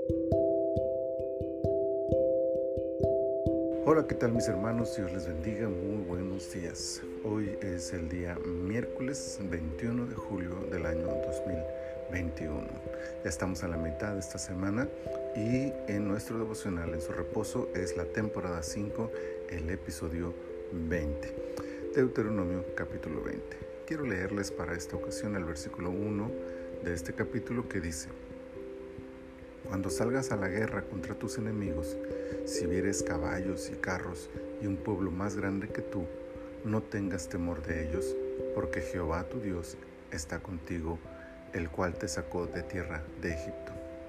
Hola, ¿qué tal mis hermanos? Dios les bendiga, muy buenos días. Hoy es el día miércoles 21 de julio del año 2021. Ya estamos a la mitad de esta semana y en nuestro devocional En su reposo es la temporada 5, el episodio 20. Deuteronomio capítulo 20. Quiero leerles para esta ocasión el versículo 1 de este capítulo que dice: Cuando salgas a la guerra contra tus enemigos, si vieres caballos y carros y un pueblo más grande que tú, no tengas temor de ellos, porque Jehová tu Dios está contigo, el cual te sacó de tierra de Egipto.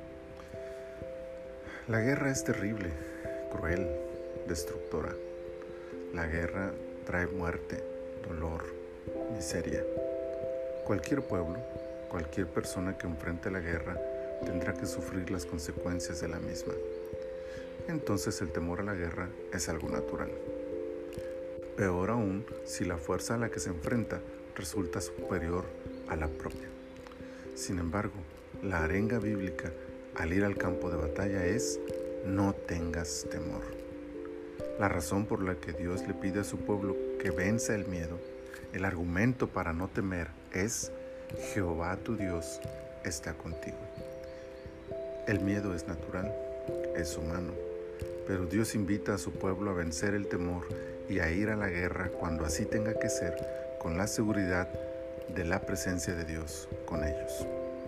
La guerra es terrible, cruel, destructora. La guerra trae muerte, dolor, miseria. Cualquier pueblo, cualquier persona que enfrente la guerra tendrá que sufrir las consecuencias de la misma. Entonces el temor a la guerra es algo natural. Peor aún si la fuerza a la que se enfrenta resulta superior a la propia. Sin embargo, la arenga bíblica al ir al campo de batalla es: no tengas temor. La razón por la que Dios le pide a su pueblo que venza el miedo, el argumento para no temer es: Jehová tu Dios está contigo. El miedo es natural, es humano, pero Dios invita a su pueblo a vencer el temor y a ir a la guerra cuando así tenga que ser, con la seguridad de la presencia de Dios con ellos.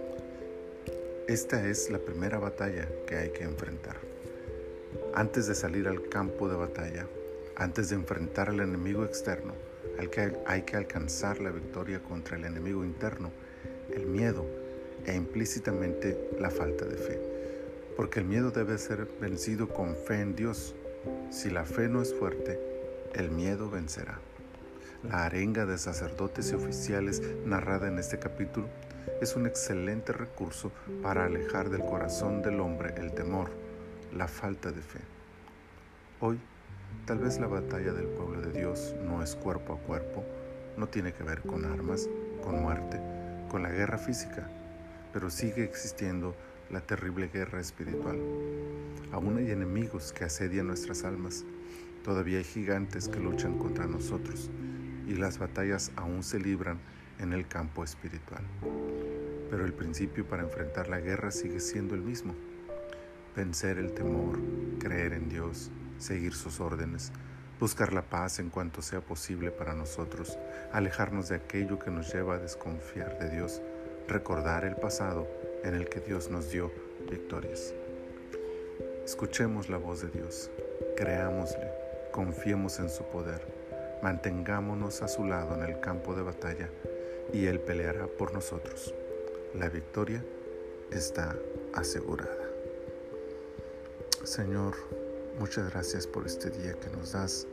Esta es la primera batalla que hay que enfrentar. Antes de salir al campo de batalla, antes de enfrentar al enemigo externo, hay que alcanzar la victoria contra el enemigo interno, el miedo, e implícitamente la falta de fe, porque el miedo debe ser vencido con fe en Dios. Si la fe no es fuerte, el miedo vencerá. La arenga de sacerdotes y oficiales narrada en este capítulo es un excelente recurso para alejar del corazón del hombre el temor, la falta de fe. Hoy, tal vez la batalla del pueblo de Dios no es cuerpo a cuerpo, no tiene que ver con armas, con muerte, con la guerra física, pero sigue existiendo la terrible guerra espiritual. Aún hay enemigos que asedian nuestras almas, todavía hay gigantes que luchan contra nosotros y las batallas aún se libran en el campo espiritual. Pero el principio para enfrentar la guerra sigue siendo el mismo: vencer el temor, creer en Dios, seguir sus órdenes, buscar la paz en cuanto sea posible para nosotros, alejarnos de aquello que nos lleva a desconfiar de Dios, recordar el pasado en el que Dios nos dio victorias. Escuchemos la voz de Dios, creámosle, confiemos en su poder, mantengámonos a su lado en el campo de batalla y Él peleará por nosotros. La victoria está asegurada. Señor, muchas gracias por este día que nos das.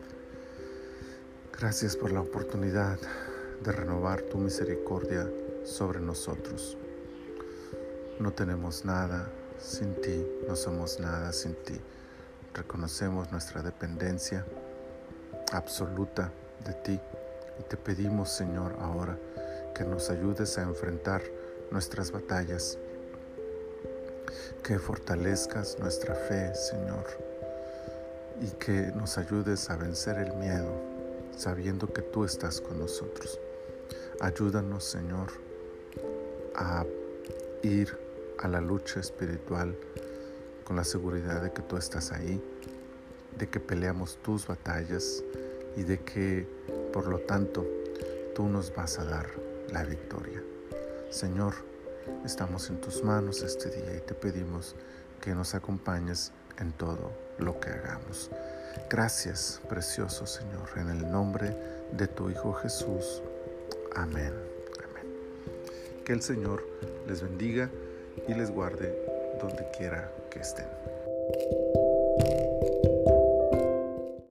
Gracias por la oportunidad de renovar tu misericordia sobre nosotros. No tenemos nada sin ti, no somos nada sin ti. Reconocemos nuestra dependencia absoluta de ti y te pedimos, Señor, ahora que nos ayudes a enfrentar nuestras batallas, que fortalezcas nuestra fe, Señor, y que nos ayudes a vencer el miedo, sabiendo que tú estás con nosotros. Ayúdanos, Señor, a ir a la lucha espiritual con la seguridad de que tú estás ahí, de que peleamos tus batallas y de que, por lo tanto, tú nos vas a dar la victoria. Señor, estamos en tus manos este día y te pedimos que nos acompañes en todo lo que hagamos. Gracias, precioso Señor, en el nombre de tu Hijo Jesús. Amén. Amén. Que el Señor les bendiga y les guarde donde quiera que estén.